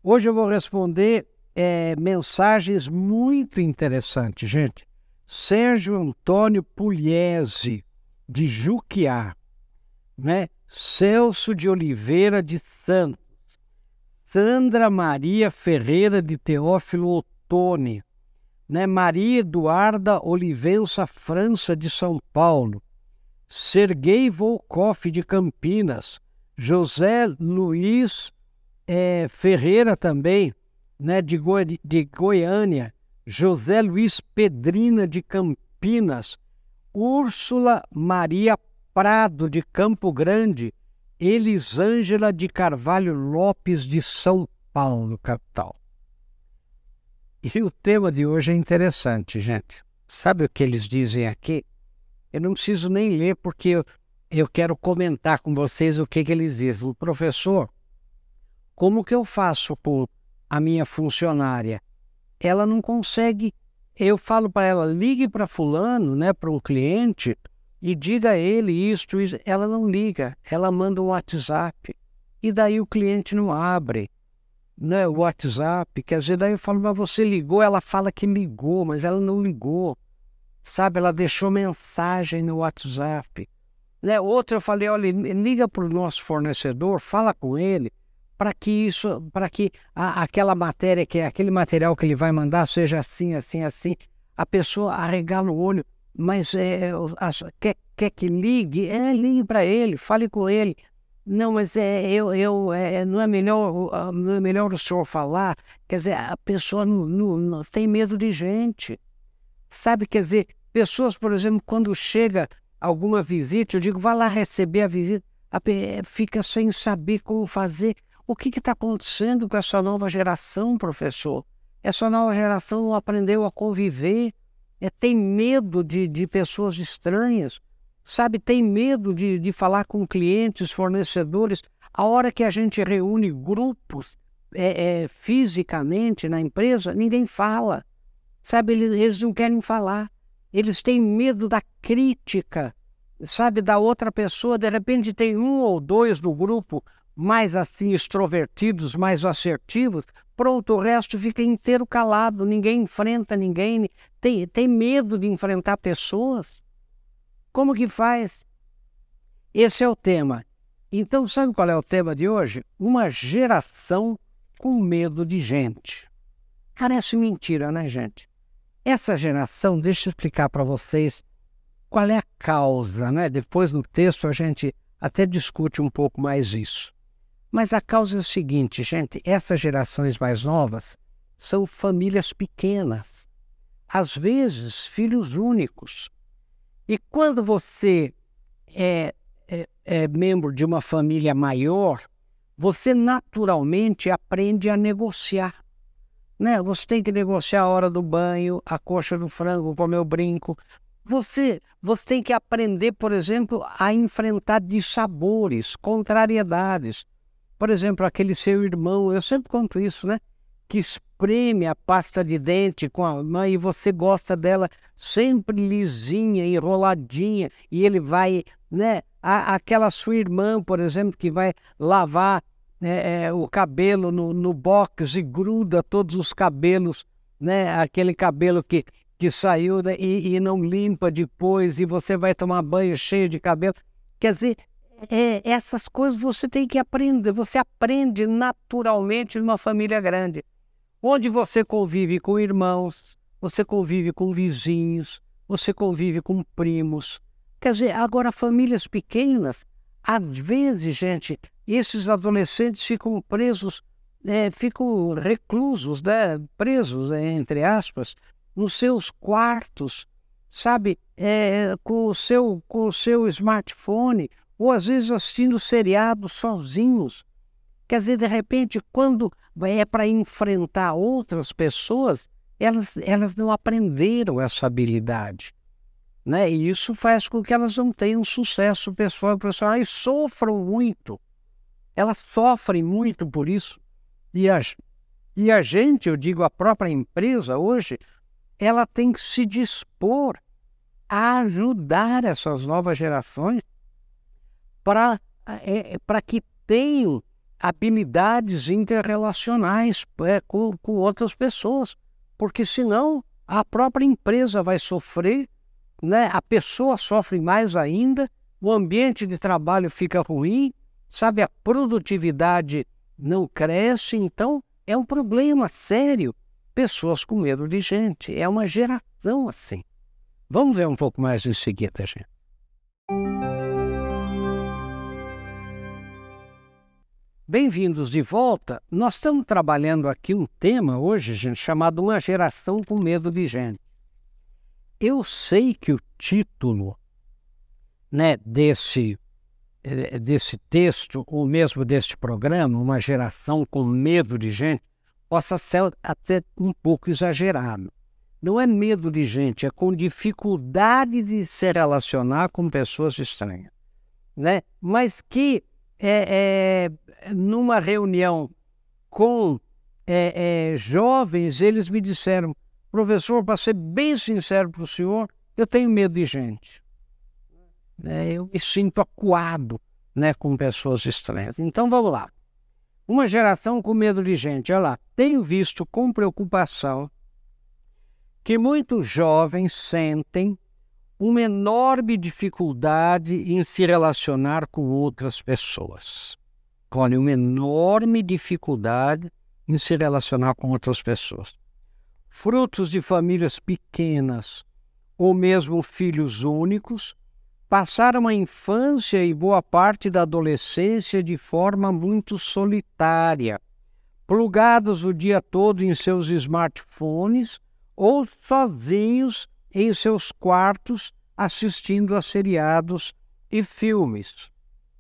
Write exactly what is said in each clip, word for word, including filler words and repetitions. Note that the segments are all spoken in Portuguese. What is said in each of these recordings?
Hoje eu vou responder é, mensagens muito interessantes, gente. Sérgio Antônio Pugliese, de Juquiá, né? Celso de Oliveira de Santos, Sandra Maria Ferreira de Teófilo Otoni, né? Maria Eduarda Olivença França de São Paulo, Serguei Volkoff de Campinas, José Luiz é, Ferreira também, né? de, Goi de Goiânia, José Luiz Pedrina de Campinas, Úrsula Maria Prado de Campo Grande, Elisângela de Carvalho Lopes de São Paulo, capital. E o tema de hoje é interessante, gente. Sabe o que eles dizem aqui? Eu não preciso nem ler porque eu, eu quero comentar com vocês o que, que eles dizem. O professor, como que eu faço com a minha funcionária? Ela não consegue. Eu falo para ela, ligue para fulano, né, para um cliente, e diga a ele isto, isso. Ela não liga, ela manda um WhatsApp. E daí o cliente não abre, né, o WhatsApp. Quer dizer, daí eu falo, mas você ligou? Ela fala que ligou, mas ela não ligou. Sabe, ela deixou mensagem no WhatsApp. Né? Outro eu falei, olha, liga para o nosso fornecedor, fala com ele, para que isso, para que a, aquela matéria, que aquele material que ele vai mandar seja assim, assim, assim. A pessoa arregala o olho, mas é, quer, quer que ligue? É, ligue para ele, fale com ele. Não, mas é, eu, eu, é, não, é melhor, não é melhor o senhor falar? Quer dizer, a pessoa não, não, não tem medo de gente. Sabe, quer dizer, pessoas, por exemplo, quando chega alguma visita, eu digo, vá lá receber a visita, a, fica sem saber como fazer. O que está acontecendo com essa nova geração, professor? Essa nova geração não aprendeu a conviver, é, tem medo de, de pessoas estranhas, sabe? Tem medo de, de falar com clientes, fornecedores. A hora que a gente reúne grupos é, é, fisicamente na empresa, ninguém fala, sabe? Eles, eles não querem falar, eles têm medo da crítica, sabe? Da outra pessoa. De repente tem um ou dois do grupo mais assim extrovertidos, mais assertivos, pronto, o resto fica inteiro calado, ninguém enfrenta ninguém, tem, tem medo de enfrentar pessoas. Como que faz? Esse é o tema. Então, sabe qual é o tema de hoje? Uma geração com medo de gente. Parece mentira, né, gente? Essa geração, deixa eu explicar para vocês qual é a causa, né? Depois no texto a gente até discute um pouco mais isso. Mas a causa é o seguinte, gente, essas gerações mais novas são famílias pequenas, às vezes filhos únicos. E quando você é, é, é membro de uma família maior, você naturalmente aprende a negociar. Né? Você tem que negociar a hora do banho, a coxa do frango, comer o brinco. Você, você tem que aprender, por exemplo, a enfrentar dissabores, contrariedades. Por exemplo, aquele seu irmão, eu sempre conto isso, né? Que espreme a pasta de dente com a mãe e você gosta dela sempre lisinha, enroladinha, e ele vai, né? A, aquela sua irmã, por exemplo, que vai lavar é, é, o cabelo no, no box e gruda todos os cabelos, né? Aquele cabelo que, que saiu, né? e, e não limpa depois, e você vai tomar banho cheio de cabelo. Quer dizer, É, essas coisas você tem que aprender, você aprende naturalmente numa família grande, onde você convive com irmãos, você convive com vizinhos, você convive com primos. Quer dizer, agora famílias pequenas, às vezes, gente, esses adolescentes ficam presos, é, ficam reclusos, né, presos, é, entre aspas, nos seus quartos, sabe, é, com o seu, com o seu smartphone, ou às vezes assistindo seriado sozinhos. Quer dizer, de repente, quando é para enfrentar outras pessoas, elas, elas não aprenderam essa habilidade. Né? E isso faz com que elas não tenham sucesso pessoal e profissional e sofram muito. Elas sofrem muito por isso. E a, e a gente, eu digo, a própria empresa hoje, ela tem que se dispor a ajudar essas novas gerações para é, para que tenham habilidades interrelacionais é, com, com outras pessoas, porque senão a própria empresa vai sofrer, né? A pessoa sofre mais ainda, o ambiente de trabalho fica ruim, sabe? A produtividade não cresce, então é um problema sério. Pessoas com medo de gente, é uma geração assim. Vamos ver um pouco mais em seguida, gente. Bem-vindos de volta. Nós estamos trabalhando aqui um tema hoje, gente, chamado Uma Geração com Medo de Gente. Eu sei que o título, né, desse, desse texto, ou mesmo deste programa, Uma Geração com Medo de Gente, possa ser até um pouco exagerado. Não é medo de gente, é com dificuldade de se relacionar com pessoas estranhas, né? Mas que é, é, numa reunião com é, é, jovens, eles me disseram: professor, para ser bem sincero para o senhor, eu tenho medo de gente. É, eu me sinto acuado, né, com pessoas estranhas. Então vamos lá. Uma geração com medo de gente. Olha lá, tenho visto com preocupação que muitos jovens sentem uma enorme dificuldade em se relacionar com outras pessoas. Olha, uma enorme dificuldade em se relacionar com outras pessoas. Frutos de famílias pequenas ou mesmo filhos únicos, passaram a infância e boa parte da adolescência de forma muito solitária, plugados o dia todo em seus smartphones ou sozinhos em seus quartos assistindo a seriados e filmes.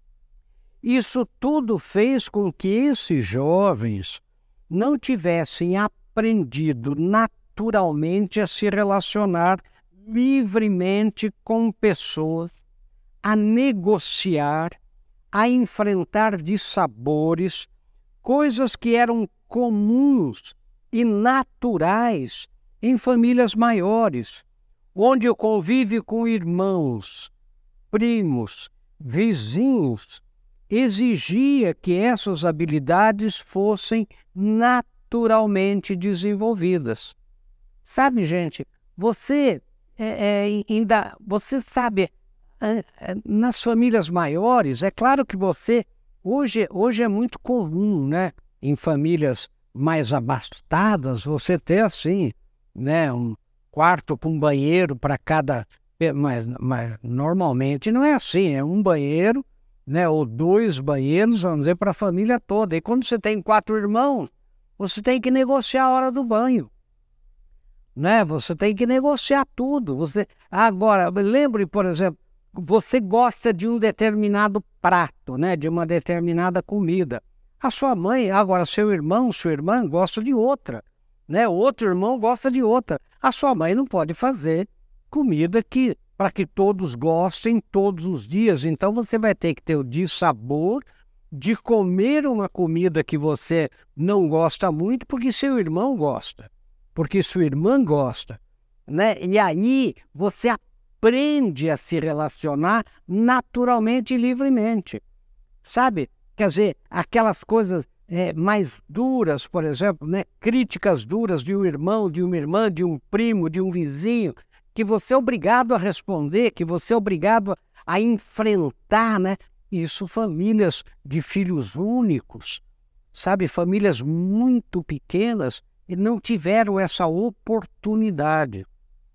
Isso tudo fez com que esses jovens não tivessem aprendido naturalmente a se relacionar livremente com pessoas, a negociar, a enfrentar dissabores, coisas que eram comuns e naturais em famílias maiores, onde o convívio com irmãos, primos, vizinhos exigia que essas habilidades fossem naturalmente desenvolvidas. Sabe, gente, você é, é, ainda, você sabe, é, é, nas famílias maiores, é claro que você, hoje, hoje é muito comum, né, em famílias mais abastadas, você ter assim, né, um quarto para um banheiro para cada, mas, mas normalmente não é assim, é um banheiro, né, ou dois banheiros, vamos dizer, para a família toda. E quando você tem quatro irmãos, você tem que negociar a hora do banho, né? Você tem que negociar tudo. Você agora, lembre, por exemplo, você gosta de um determinado prato, né, de uma determinada comida. A sua mãe, agora seu irmão, sua irmã gosta de outra, né? Outro irmão gosta de outra. A sua mãe não pode fazer comida que para que todos gostem todos os dias. Então você vai ter que ter o dissabor de comer uma comida que você não gosta muito porque seu irmão gosta, porque sua irmã gosta, né? E aí você aprende a se relacionar naturalmente e livremente, sabe? Quer dizer, aquelas coisas é, mais duras, por exemplo, né? Críticas duras de um irmão, de uma irmã, de um primo, de um vizinho, que você é obrigado a responder, que você é obrigado a, a enfrentar, né? Isso, famílias de filhos únicos, sabe? Famílias muito pequenas e não tiveram essa oportunidade.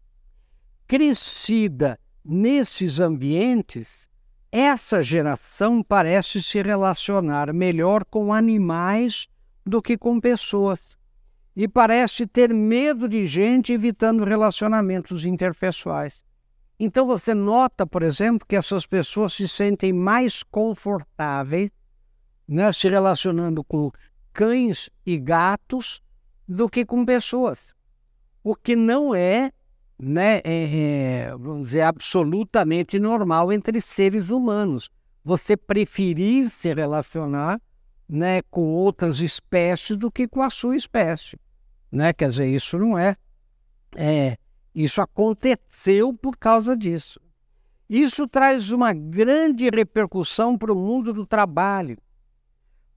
Crescida nesses ambientes, essa geração parece se relacionar melhor com animais do que com pessoas. E parece ter medo de gente, evitando relacionamentos interpessoais. Então você nota, por exemplo, que essas pessoas se sentem mais confortáveis, né, se relacionando com cães e gatos do que com pessoas. O que não é, né, é, é, vamos dizer, absolutamente normal entre seres humanos. Você preferir se relacionar, né, com outras espécies do que com a sua espécie, né? Quer dizer, isso não é, é, isso aconteceu por causa disso. Isso traz uma grande repercussão para o mundo do trabalho,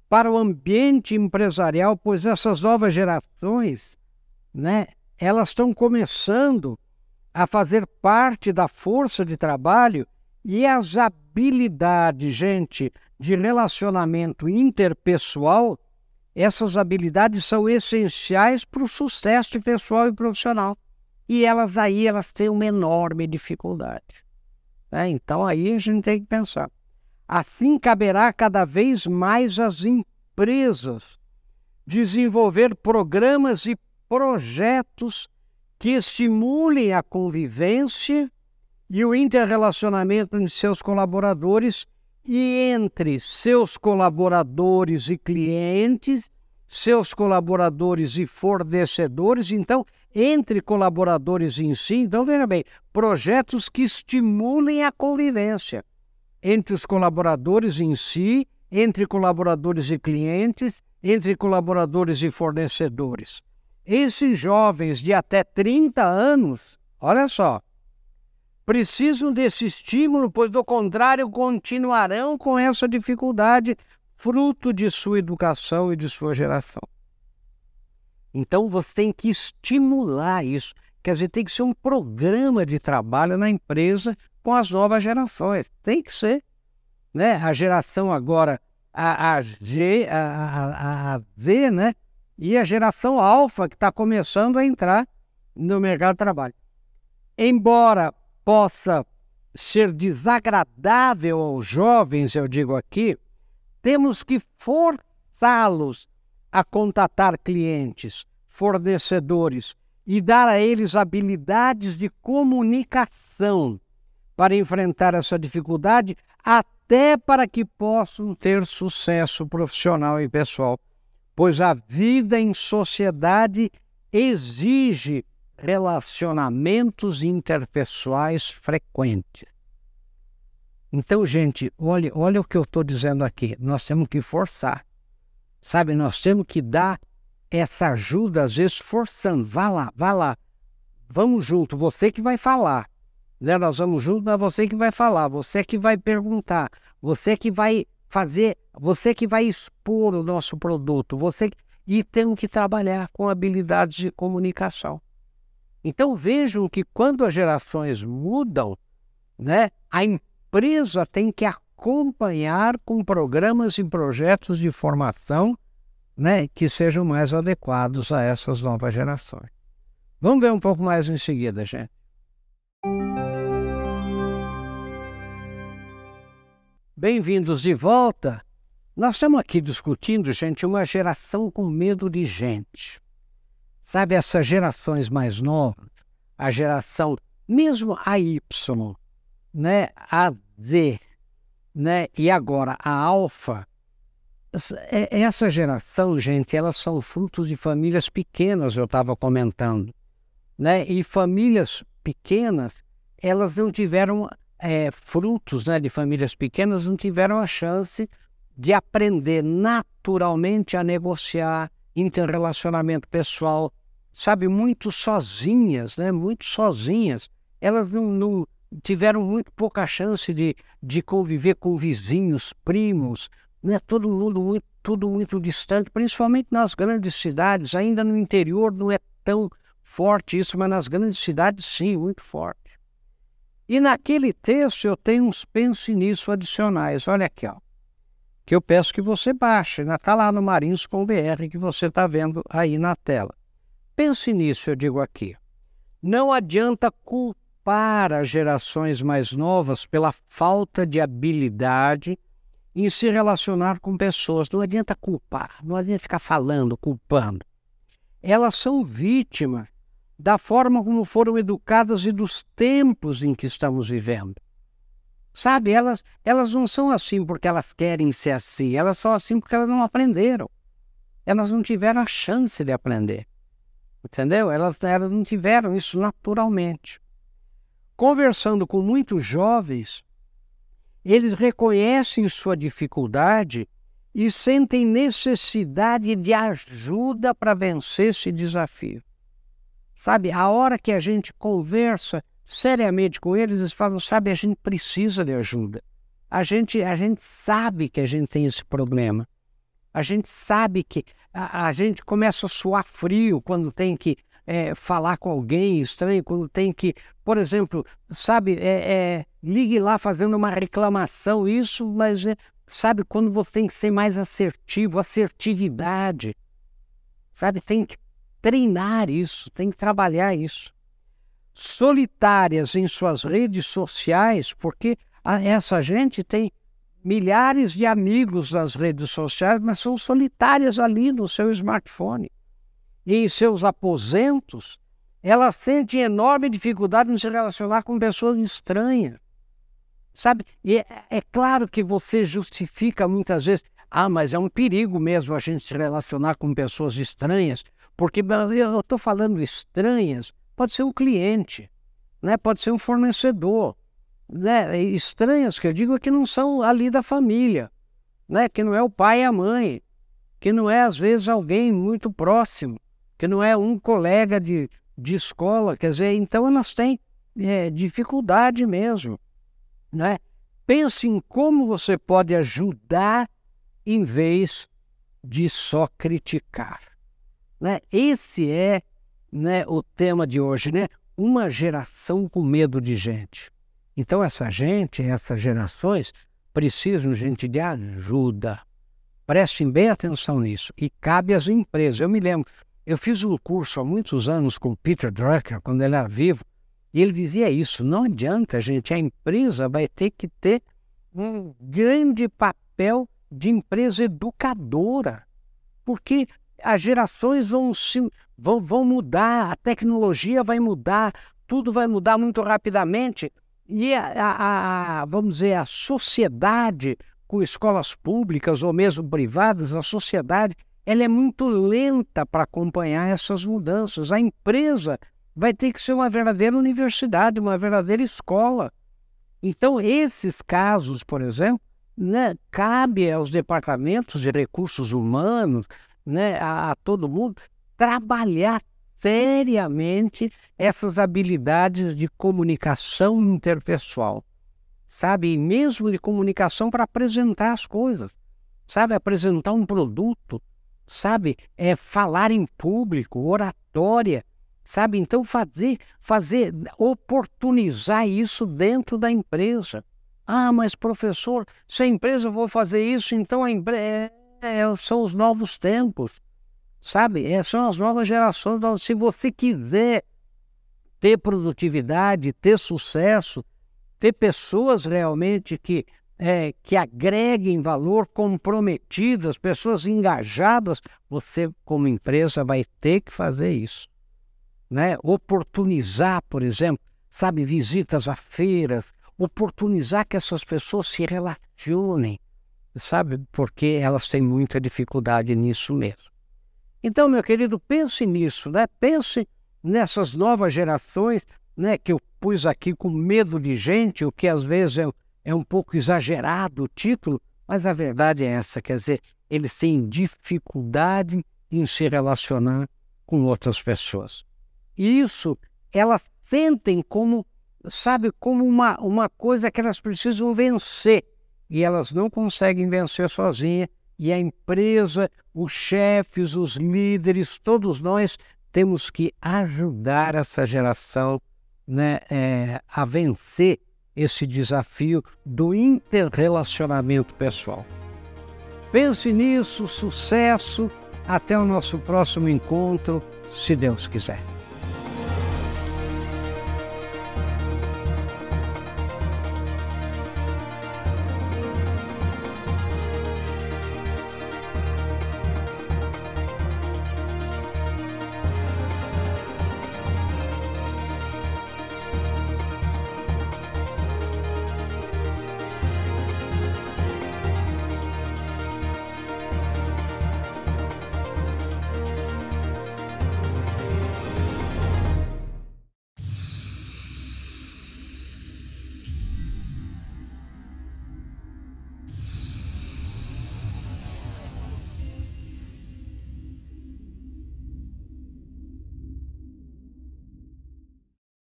para o ambiente empresarial, pois essas novas gerações, né, elas estão começando a fazer parte da força de trabalho e as habilidades, gente, de relacionamento interpessoal, essas habilidades são essenciais para o sucesso pessoal e profissional. E elas aí, elas têm uma enorme dificuldade. Né? Então aí a gente tem que pensar. Assim caberá cada vez mais às empresas desenvolver programas e projetos que estimulem a convivência e o interrelacionamento entre seus colaboradores e entre seus colaboradores e clientes, seus colaboradores e fornecedores, então, entre colaboradores em si. Então, veja bem, projetos que estimulem a convivência entre os colaboradores em si, entre colaboradores e clientes, entre colaboradores e fornecedores. Esses jovens de até trinta anos, olha só, precisam desse estímulo, pois do contrário continuarão com essa dificuldade, fruto de sua educação e de sua geração. Então você tem que estimular isso, quer dizer, tem que ser um programa de trabalho na empresa com as novas gerações, tem que ser, né? A geração agora, a, a G, a, a, a Z, né? E a geração alfa que está começando a entrar no mercado de trabalho. Embora possa ser desagradável aos jovens, eu digo aqui, temos que forçá-los a contatar clientes, fornecedores e dar a eles habilidades de comunicação para enfrentar essa dificuldade, até para que possam ter sucesso profissional e pessoal, pois a vida em sociedade exige relacionamentos interpessoais frequentes. Então, gente, olha, olha o que eu estou dizendo aqui. Nós temos que forçar. Sabe, nós temos que dar essa ajuda, às vezes, forçando. Vá lá, vá lá. Vamos junto, você que vai falar. Né? Nós vamos junto, mas você que vai falar, você que vai perguntar, você que vai fazer, você que vai expor o nosso produto. Você que... E temos que trabalhar com habilidades de comunicação. Então vejam que quando as gerações mudam, né, a empresa tem que acompanhar com programas e projetos de formação, né, que sejam mais adequados a essas novas gerações. Vamos ver um pouco mais em seguida, gente. Bem-vindos de volta. Nós estamos aqui discutindo, gente, uma geração com medo de gente. Sabe, essas gerações mais novas, a geração, mesmo a Y, né, a Z, né, e agora a Alfa, essa geração, gente, elas são frutos de famílias pequenas, eu estava comentando, né, e famílias pequenas, elas não tiveram, é, frutos, né, de famílias pequenas, não tiveram a chance de aprender naturalmente a negociar, interrelacionamento pessoal, sabe, muito sozinhas, né? Muito sozinhas. Elas não, não tiveram muito pouca chance de, de conviver com vizinhos, primos, né? Todo mundo muito, tudo muito distante, principalmente nas grandes cidades. Ainda no interior não é tão forte isso, mas nas grandes cidades sim, muito forte. E naquele texto eu tenho uns pense nisso adicionais. Olha aqui, ó, que eu peço que você baixe, está lá no Marinhos ponto B R que você está vendo aí na tela. Pense nisso, eu digo aqui. Não adianta culpar as gerações mais novas pela falta de habilidade em se relacionar com pessoas. Não adianta culpar, não adianta ficar falando, culpando. Elas são vítimas da forma como foram educadas e dos tempos em que estamos vivendo. Sabe, elas, elas não são assim porque elas querem ser assim, elas são assim porque elas não aprenderam. Elas não tiveram a chance de aprender. Entendeu? Elas, elas não tiveram isso naturalmente. Conversando com muitos jovens, eles reconhecem sua dificuldade e sentem necessidade de ajuda para vencer esse desafio. Sabe, a hora que a gente conversa seriamente com eles, eles falam, sabe, a gente precisa de ajuda. A gente, a gente sabe que a gente tem esse problema. A gente sabe que a, a gente começa a suar frio quando tem que é, falar com alguém estranho, quando tem que, por exemplo, sabe, é, é, ligue lá fazendo uma reclamação, isso, mas é, sabe, quando você tem que ser mais assertivo, assertividade, sabe, tem que treinar isso, tem que trabalhar isso. Solitárias em suas redes sociais, porque a, essa gente tem milhares de amigos nas redes sociais, mas são solitárias ali no seu smartphone. E em seus aposentos, elas sentem enorme dificuldade em se relacionar com pessoas estranhas. Sabe? E é, é claro que você justifica muitas vezes, ah, mas é um perigo mesmo a gente se relacionar com pessoas estranhas, porque eu estou falando estranhas, pode ser um cliente, né? Pode ser um fornecedor, né? Estranhas que eu digo é que não são ali da família, né? Que não é o pai e a mãe, que não é às vezes alguém muito próximo, que não é um colega de, de escola, quer dizer, então elas têm é, dificuldade mesmo, né? Pense em como você pode ajudar em vez de só criticar, né? Esse é, né, o tema de hoje, né? Uma geração com medo de gente. Então essa gente, essas gerações precisam, gente, de ajuda. Prestem bem atenção nisso. E cabe às empresas. Eu me lembro, eu fiz um curso há muitos anos com o Peter Drucker, quando ele era vivo, e ele dizia isso, não adianta, gente, a empresa vai ter que ter um grande papel de empresa educadora, porque as gerações vão, se, vão, vão mudar, a tecnologia vai mudar, tudo vai mudar muito rapidamente, e a, a, a, vamos dizer, a sociedade, com escolas públicas ou mesmo privadas, a sociedade ela é muito lenta para acompanhar essas mudanças. A empresa vai ter que ser uma verdadeira universidade, uma verdadeira escola. Então, esses casos, por exemplo, né, cabe aos departamentos de recursos humanos, né, a, a todo mundo, trabalhar seriamente essas habilidades de comunicação interpessoal, sabe? E mesmo de comunicação para apresentar as coisas, sabe? Apresentar um produto, sabe? É falar em público, oratória, sabe? Então fazer, fazer, oportunizar isso dentro da empresa. Ah, mas professor, se a empresa for fazer isso, então a empresa é, é, são os novos tempos, sabe? É, são as novas gerações. Então, se você quiser ter produtividade, ter sucesso, ter pessoas realmente que, é, que agreguem valor, comprometidas, pessoas engajadas, você, como empresa, vai ter que fazer isso, né? Oportunizar, por exemplo, sabe, visitas a feiras, oportunizar que essas pessoas se relacionem, sabe, porque elas têm muita dificuldade nisso mesmo. Então, meu querido, pense nisso, né? Pense nessas novas gerações, né, que eu pus aqui com medo de gente, o que às vezes é, é um pouco exagerado o título, mas a verdade é essa, quer dizer, eles têm dificuldade em se relacionar com outras pessoas. E isso, elas sentem como, sabe, como uma, uma coisa que elas precisam vencer, e elas não conseguem vencer sozinhas, e a empresa, os chefes, os líderes, todos nós temos que ajudar essa geração, né, é, a vencer esse desafio do interrelacionamento pessoal. Pense nisso, sucesso, até o nosso próximo encontro, se Deus quiser.